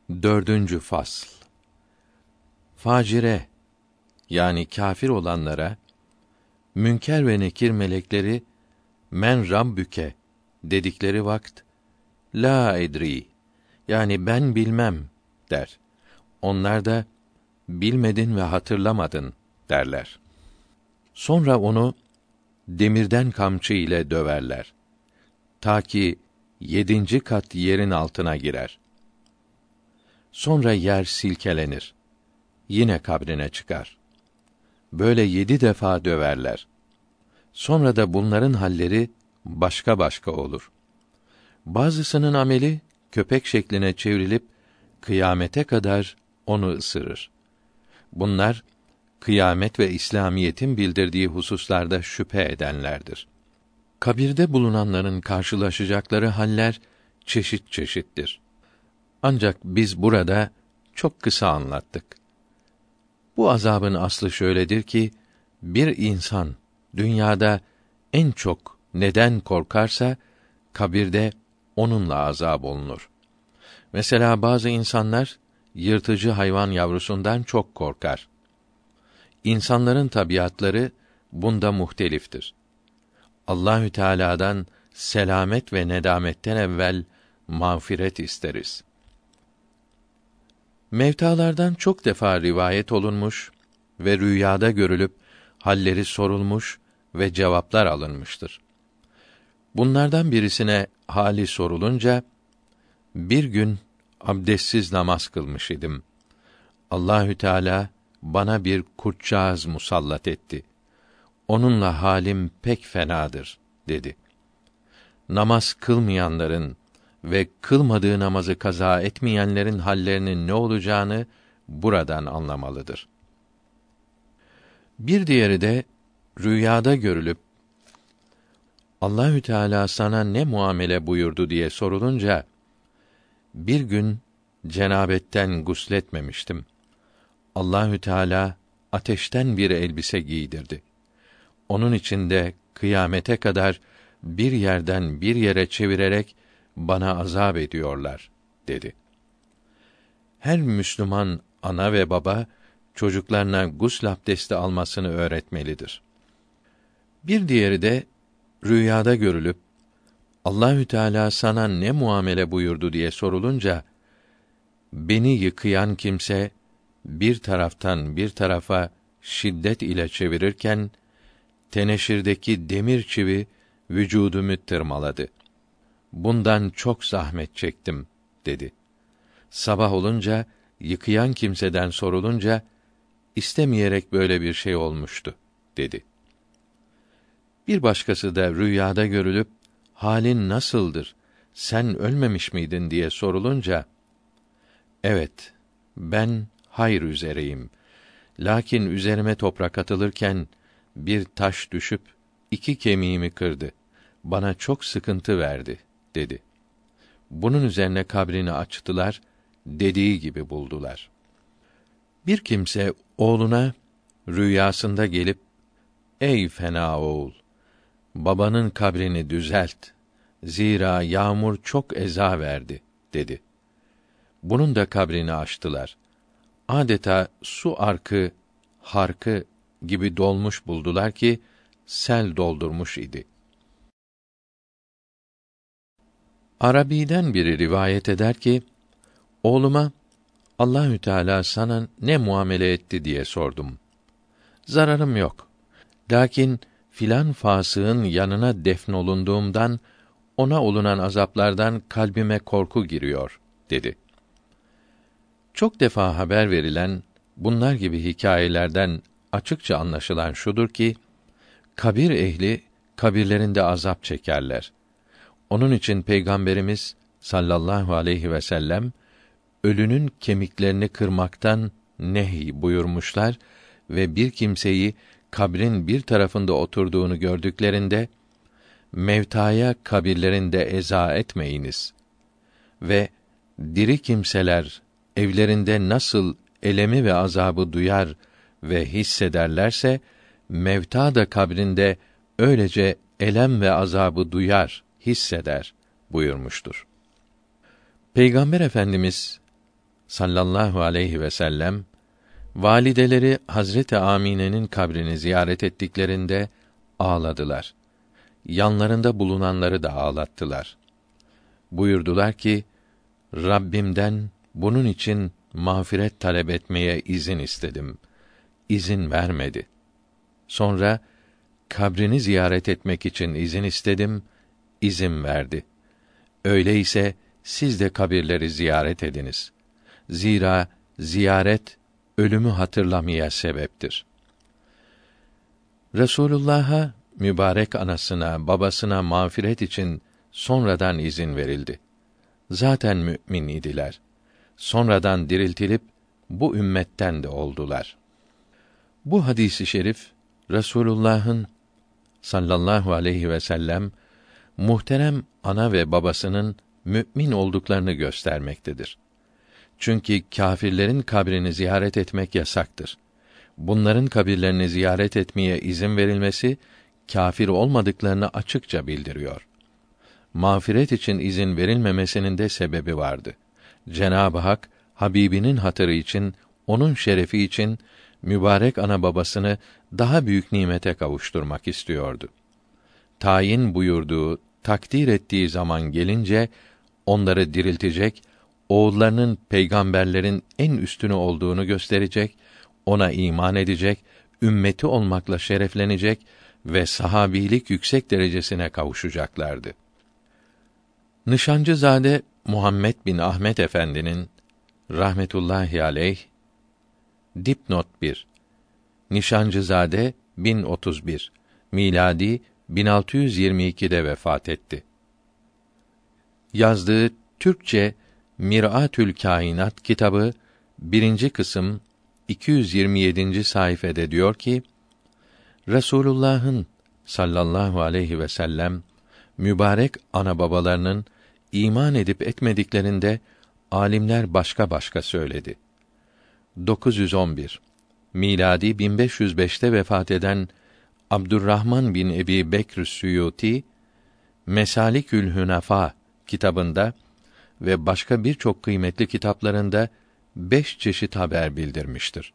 Dördüncü fasl. Facire, yani kâfir olanlara, Münker ve Nekir melekleri, men Rabbüke dedikleri vakt, la edri, yani ben bilmem der. Onlar da, bilmedin ve hatırlamadın derler. Sonra onu, demirden kamçı ile döverler. Ta ki 7. kat yerin altına girer. Sonra yer silkelenir. Yine kabrine çıkar. Böyle 7 defa döverler. Sonra da bunların halleri başka başka olur. Bazısının ameli köpek şekline çevrilip kıyamete kadar onu ısırır. Bunlar kıyamet ve İslamiyetin bildirdiği hususlarda şüphe edenlerdir. Kabirde bulunanların karşılaşacakları haller çeşit çeşittir. Ancak biz burada çok kısa anlattık. Bu azabın aslı şöyledir ki, bir insan dünyada en çok neden korkarsa, kabirde onunla azab olunur. Mesela bazı insanlar, yırtıcı hayvan yavrusundan çok korkar. İnsanların tabiatları bunda muhteliftir. Allahü Teala'dan selamet ve nedametten evvel mağfiret isteriz. Mevtalardan çok defa rivayet olunmuş ve rüyada görülüp halleri sorulmuş ve cevaplar alınmıştır. Bunlardan birisine hali sorulunca, bir gün abdestsiz namaz kılmış idim. Allahü Teala bana bir kurtcağız musallat etti. Onunla halim pek fenadır dedi. Namaz kılmayanların ve kılmadığı namazı kaza etmeyenlerin hallerinin ne olacağını buradan anlamalıdır. Bir diğeri de rüyada görülüp Allahü Teala sana ne muamele buyurdu diye sorulunca, bir gün cenabetten gusletmemiştim. Allahü Teala ateşten bir elbise giydirdi. Onun içinde kıyamete kadar bir yerden bir yere çevirerek bana azap ediyorlar dedi. Her Müslüman ana ve baba çocuklarına gusl abdesti almasını öğretmelidir. Bir diğeri de rüyada görülüp Allahü Teala sana ne muamele buyurdu diye sorulunca, beni yıkayan kimse bir taraftan bir tarafa şiddet ile çevirirken teneşirdeki demir çivi vücudumu tırmaladı. Bundan çok zahmet çektim dedi. Sabah olunca yıkayan kimseden sorulunca, istemeyerek böyle bir şey olmuştu dedi. Bir başkası da rüyada görülüp halin nasıldır? Sen ölmemiş miydin diye sorulunca, evet, ben hayır üzereyim. Lakin üzerime toprak atılırken bir taş düşüp 2 kemiğimi kırdı. Bana çok sıkıntı verdi dedi. Bunun üzerine kabrini açtılar, dediği gibi buldular. Bir kimse oğluna rüyasında gelip, ey fena oğul, babanın kabrini düzelt. Zira yağmur çok eza verdi dedi. Bunun da kabrini açtılar. Adeta su arkı, harkı gibi dolmuş buldular ki sel doldurmuş idi. Arabi'den biri rivayet eder ki, oğluma Allahü Teala sana ne muamele etti diye sordum. Zararım yok. Lakin filan fasığın yanına defnolunduğumdan ona olunan azaplardan kalbime korku giriyor dedi. Çok defa haber verilen bunlar gibi hikâyelerden açıkça anlaşılan şudur ki, kabir ehli kabirlerinde azap çekerler. Onun için Peygamberimiz sallallahu aleyhi ve sellem ölünün kemiklerini kırmaktan nehy buyurmuşlar ve bir kimseyi kabrin bir tarafında oturduğunu gördüklerinde, mevtaya kabirlerinde eza etmeyiniz ve diri kimseler evlerinde nasıl elemi ve azabı duyar ve hissederlerse, mevta da kabrinde öylece elem ve azabı duyar, hisseder buyurmuştur. Peygamber Efendimiz sallallahu aleyhi ve sellem valideleri Hazreti Amine'nin kabrini ziyaret ettiklerinde ağladılar. Yanlarında bulunanları da ağlattılar. Buyurdular ki, Rabbimden bunun için mağfiret talep etmeye izin istedim. İzin vermedi. Sonra kabrini ziyaret etmek için izin istedim, izin verdi. Öyleyse siz de kabirleri ziyaret ediniz. Zira ziyaret ölümü hatırlamaya sebeptir. Resulullah'a, mübarek anasına, babasına mağfiret için sonradan izin verildi. Zaten mümin idiler. Sonradan diriltilip bu ümmetten de oldular. Bu hadisi şerif Resulullah'ın sallallahu aleyhi ve sellem muhterem ana ve babasının mümin olduklarını göstermektedir. Çünkü kâfirlerin kabrini ziyaret etmek yasaktır. Bunların kabirlerini ziyaret etmeye izin verilmesi kâfir olmadıklarını açıkça bildiriyor. Mağfiret için izin verilmemesinin de sebebi vardı. Cenab-ı Hak Habibinin hatırı için, onun şerefi için mübarek ana babasını daha büyük nimete kavuşturmak istiyordu. Tayin buyurduğu, takdir ettiği zaman gelince onları diriltecek, oğullarının peygamberlerin en üstünü olduğunu gösterecek, ona iman edecek, ümmeti olmakla şereflenecek ve sahabilik yüksek derecesine kavuşacaklardı. Nişancızade Muhammed bin Ahmed Efendi'nin rahmetullahi aleyh dipnot 1 Nişancızade 1031 miladi 1622'de vefat etti. Yazdığı Türkçe Mir'atül Kainat kitabı 1. kısım 227. sayfede diyor ki: Resulullah'ın sallallahu aleyhi ve sellem mübarek ana babalarının iman edip etmediklerinde alimler başka başka söyledi. 911 miladi 1505'te vefat eden Abdurrahman bin Ebi Bekr Suyuti Mesalikül Hünefa kitabında ve başka birçok kıymetli kitaplarında 5 çeşit haber bildirmiştir.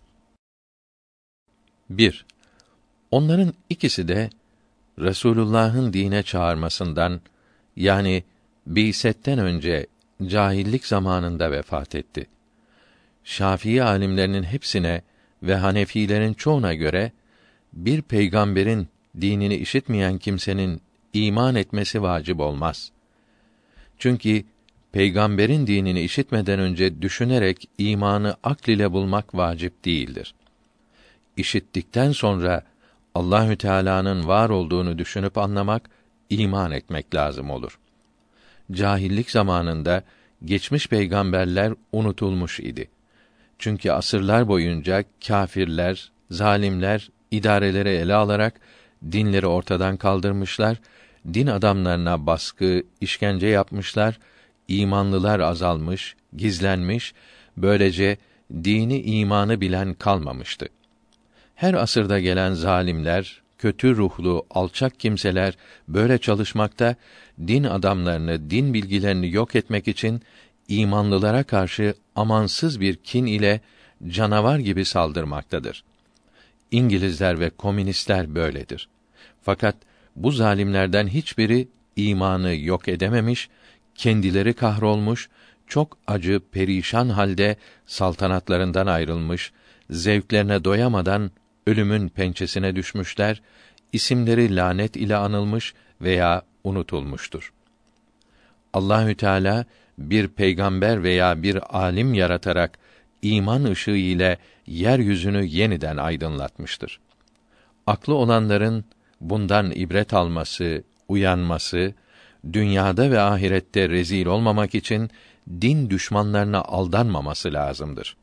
1. Onların ikisi de Resulullah'ın dine çağırmasından, yani bi'setten önce cahillik zamanında vefat etti. Şafii alimlerinin hepsine ve Hanefilerin çoğuna göre bir peygamberin dinini işitmeyen kimsenin iman etmesi vacip olmaz. Çünkü peygamberin dinini işitmeden önce düşünerek imanı akl ile bulmak vacip değildir. İşittikten sonra Allahü Teala'nın var olduğunu düşünüp anlamak, iman etmek lazım olur. Cahillik zamanında geçmiş peygamberler unutulmuş idi. Çünkü asırlar boyunca kâfirler, zalimler idareleri ele alarak dinleri ortadan kaldırmışlar, din adamlarına baskı, işkence yapmışlar, imanlılar azalmış, gizlenmiş, böylece dini imanı bilen kalmamıştı. Her asırda gelen zalimler, kötü ruhlu, alçak kimseler böyle çalışmakta, din adamlarını, din bilgilerini yok etmek için imanlılara karşı amansız bir kin ile canavar gibi saldırmaktadır. İngilizler ve komünistler böyledir. Fakat bu zalimlerden hiçbiri imanı yok edememiş, kendileri kahrolmuş, çok acı, perişan halde saltanatlarından ayrılmış, zevklerine doyamadan ölümün pençesine düşmüşler, isimleri lanet ile anılmış veya unutulmuştur. Allahü Teala bir peygamber veya bir alim yaratarak iman ışığı ile yeryüzünü yeniden aydınlatmıştır. Aklı olanların bundan ibret alması, uyanması, dünyada ve ahirette rezil olmamak için din düşmanlarına aldanmaması lazımdır.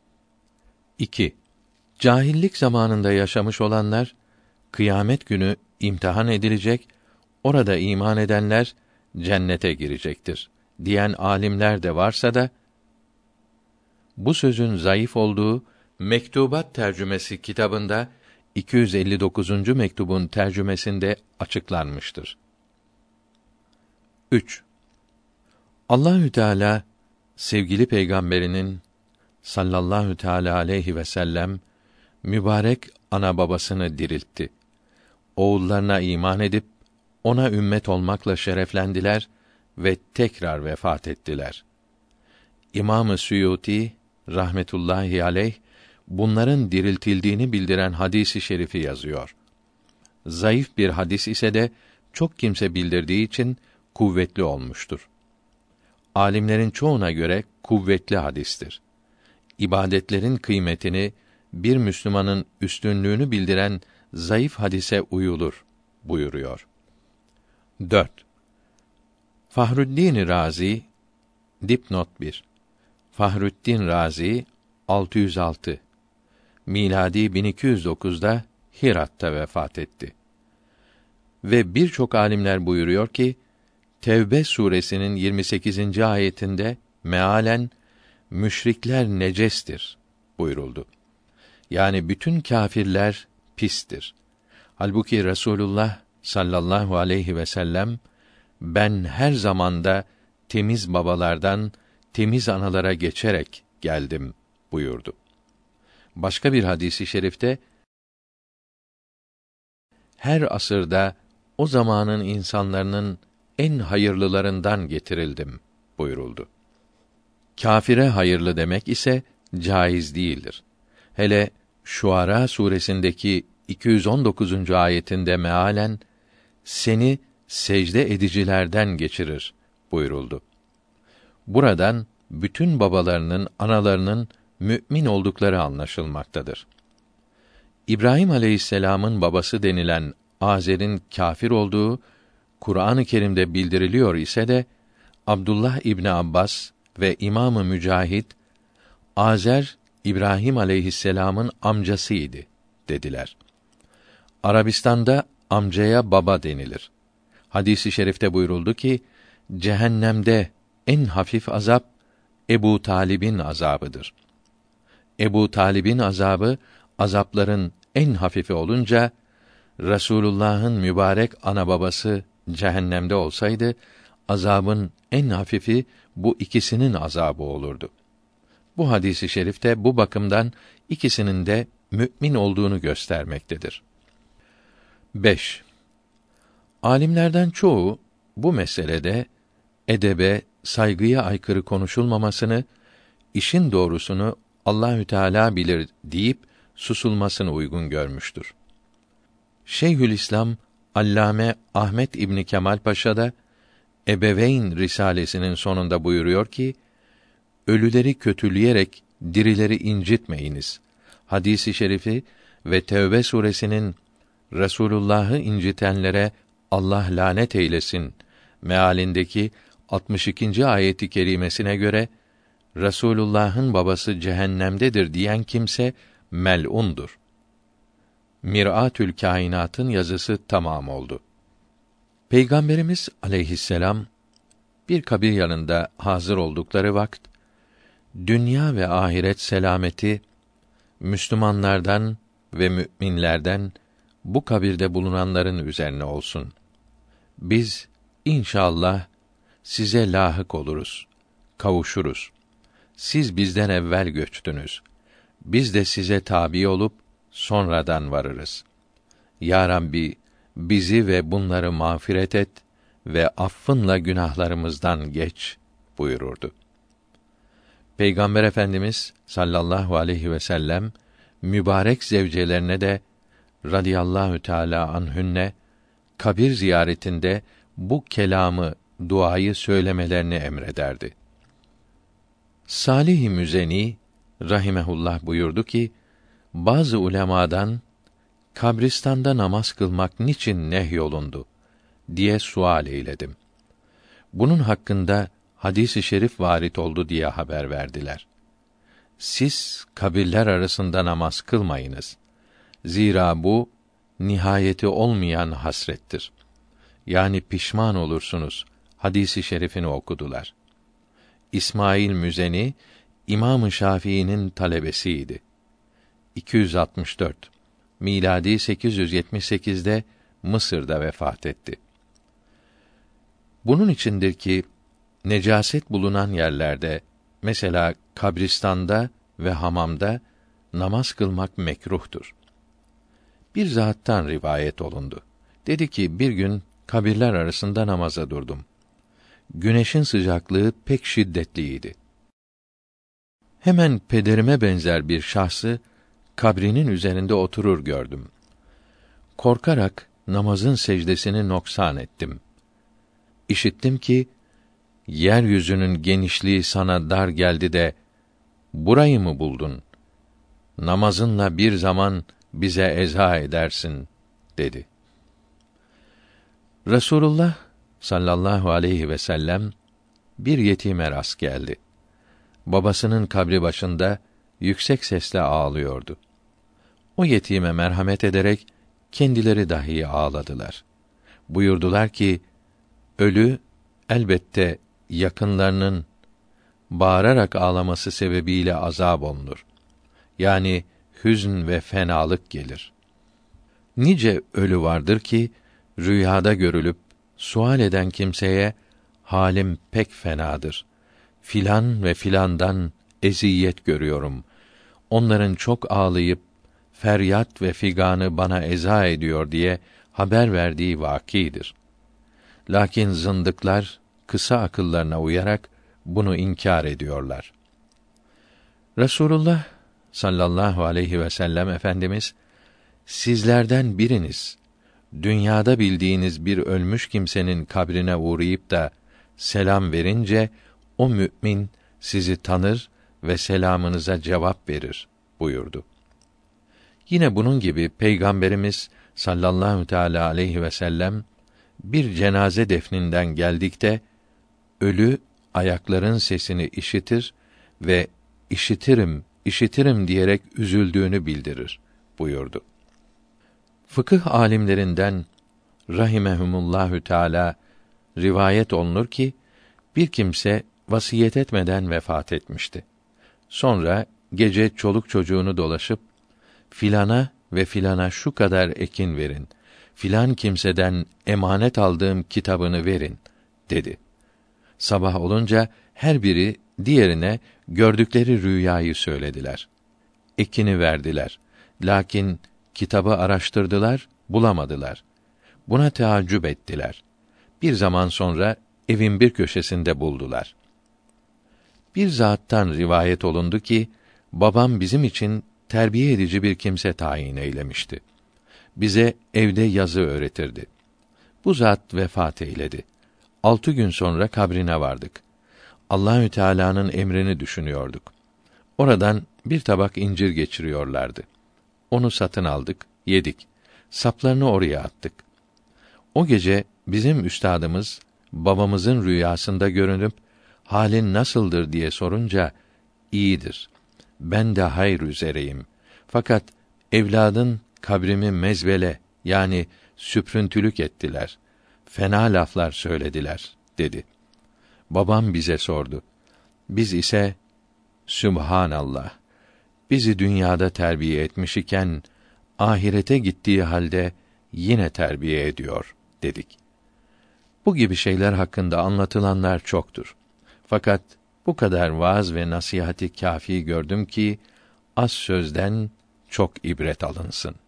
2. Cahillik zamanında yaşamış olanlar kıyamet günü imtihan edilecek, orada iman edenler cennete girecektir diyen alimler de varsa da bu sözün zayıf olduğu Mektubat tercümesi kitabında 259. mektubun tercümesinde açıklanmıştır. 3. Allahü Teala sevgili peygamberinin sallallahu teala aleyhi ve sellem mübarek ana babasını diriltti. Oğullarına iman edip ona ümmet olmakla şereflendiler ve tekrar vefat ettiler. İmam-ı Suyuti rahmetullahi aleyh bunların diriltildiğini bildiren hadisi şerifi yazıyor. Zayıf bir hadis ise de çok kimse bildirdiği için kuvvetli olmuştur. Alimlerin çoğuna göre kuvvetli hadistir. İbadetlerin kıymetini, bir Müslümanın üstünlüğünü bildiren zayıf hadise uyulur buyuruyor. 4. Fahruddin Razi dipnot 1. Fahruddin Razi 606 miladi 1209'da Hirat'ta vefat etti. Ve birçok alimler buyuruyor ki Tevbe suresinin 28. ayetinde mealen müşrikler necestir buyuruldu. Yani bütün kâfirler pistir. Halbuki Resulullah sallallahu aleyhi ve sellem ben her zamanda temiz babalardan temiz analara geçerek geldim buyurdu. Başka bir hadisi şerifte her asırda o zamanın insanlarının en hayırlılarından getirildim buyuruldu. Kâfire hayırlı demek ise caiz değildir. Hele Şuara suresindeki 219. ayetinde mealen seni secde edicilerden geçirir buyuruldu. Buradan bütün babalarının, analarının mümin oldukları anlaşılmaktadır. İbrahim aleyhisselam'ın babası denilen Azer'in kâfir olduğu Kur'an-ı Kerim'de bildiriliyor ise de Abdullah İbni Abbas ve İmam-ı Mücahid Azer İbrahim aleyhisselam'ın amcasıydı dediler. Arabistan'da amcaya baba denilir. Hadis-i şerifte buyuruldu ki cehennemde en hafif azap Ebu Talib'in azabıdır. Ebu Talib'in azabı azapların en hafifi olunca Resulullah'ın mübarek ana babası cehennemde olsaydı azabın en hafifi bu ikisinin azabı olurdu. Bu hadisi şerifte bu bakımdan ikisinin de mümin olduğunu göstermektedir. 5. Alimlerden çoğu bu meselede edebe, saygıya aykırı konuşulmamasını, işin doğrusunu Allahü Teala bilir deyip susulmasını uygun görmüştür. Şeyhülislam Allame Ahmet İbni Kemal Paşa da Ebeveyn risalesinin sonunda buyuruyor ki ölüleri kötüleyerek dirileri incitmeyiniz. Hadisi şerifi ve Tevbe suresinin Resulullah'ı incitenlere Allah lanet eylesin mealindeki 62. ayeti kerimesine göre Resulullah'ın babası cehennemdedir diyen kimse mel'undur. Mir'atül Kainat'ın yazısı tamam oldu. Peygamberimiz aleyhisselam bir kabir yanında hazır oldukları vakit dünya ve ahiret selameti Müslümanlardan ve müminlerden bu kabirde bulunanların üzerine olsun. Biz inşallah size layık oluruz, kavuşuruz. Siz bizden evvel göçtünüz. Biz de size tabi olup sonradan varırız. Ya Rabbi, bizi ve bunları mağfiret et ve affınla günahlarımızdan geç buyururdu. Peygamber Efendimiz sallallahu aleyhi ve sellem mübarek zevcelerine de radıyallahu teâlâ anhünne kabir ziyaretinde bu kelamı, duayı söylemelerini emrederdi. Salih-i Müzeni rahimehullah buyurdu ki bazı ulemadan kabristanda namaz kılmak niçin nehyolundu diye sual eyledim. Bunun hakkında hadis-i şerif varit oldu diye haber verdiler. Siz kabirler arasında namaz kılmayınız. Zira bu nihayeti olmayan hasrettir. Yani pişman olursunuz. Hadis-i şerifini okudular. İsmail Müzeni İmam-ı Şafii'nin talebesiydi. 264 miladi 878'de Mısır'da vefat etti. Bunun içindir ki necaset bulunan yerlerde mesela kabristanda ve hamamda namaz kılmak mekruhtur. Bir zattan rivayet olundu. Dedi ki, bir gün kabirler arasında namaza durdum. Güneşin sıcaklığı pek şiddetliydi. Hemen pederime benzer bir şahsı kabrinin üzerinde oturur gördüm. Korkarak namazın secdesini noksan ettim. İşittim ki, yeryüzünün genişliği sana dar geldi de burayı mı buldun? Namazınla bir zaman bize eza edersin, dedi. Resulullah sallallahu aleyhi ve sellem bir yetime rast geldi. Babasının kabri başında yüksek sesle ağlıyordu. O yetime merhamet ederek kendileri dahi ağladılar. Buyurdular ki, ölü elbette yakınlarının bağırarak ağlaması sebebiyle azab olunur. Yani hüzn ve fenalık gelir. Nice ölü vardır ki rüyada görülüp sual eden kimseye halim pek fenadır. Filan ve filandan eziyet görüyorum. Onların çok ağlayıp feryat ve figanı bana eza ediyor diye haber verdiği vâkidir. Lakin zındıklar kısa akıllarına uyarak bunu inkar ediyorlar. Resulullah sallallahu aleyhi ve sellem Efendimiz, sizlerden biriniz dünyada bildiğiniz bir ölmüş kimsenin kabrine uğrayıp da selam verince o mümin sizi tanır ve selamınıza cevap verir buyurdu. Yine bunun gibi Peygamberimiz sallallahu teâlâ aleyhi ve sellem bir cenaze defninden geldikte ölü ayakların sesini işitir ve işitirim, işitirim diyerek üzüldüğünü bildirir buyurdu. Fıkıh alimlerinden rahimehumullahü teâlâ rivayet olunur ki bir kimse vasiyet etmeden vefat etmişti. Sonra gece çoluk çocuğunu dolaşıp filana ve filana şu kadar ekin verin, filan kimseden emanet aldığım kitabını verin dedi. Sabah olunca her biri diğerine gördükleri rüyayı söylediler. Ekini verdiler. Lakin kitabı araştırdılar, bulamadılar. Buna teaccüp ettiler. Bir zaman sonra evin bir köşesinde buldular. Bir zattan rivayet olundu ki, babam bizim için terbiye edici bir kimse tayin eylemişti. Bize evde yazı öğretirdi. Bu zat vefat eyledi. 6 gün sonra kabrine vardık. Allahü Teala'nın emrini düşünüyorduk. Oradan bir tabak incir geçiriyorlardı. Onu satın aldık, yedik. Saplarını oraya attık. O gece bizim üstadımız babamızın rüyasında görünüp halin nasıldır diye sorunca iyidir. Ben de hayır üzereyim. Fakat evladın kabrimi mezbele yani süprüntülük ettiler. Fena laflar söylediler dedi. Babam bize sordu. Biz ise Sübhanallah. Bizi dünyada terbiye etmiş iken ahirete gittiği halde yine terbiye ediyor dedik. Bu gibi şeyler hakkında anlatılanlar çoktur. Fakat bu kadar vaaz ve nasihati kâfi gördüm ki az sözden çok ibret alınsın.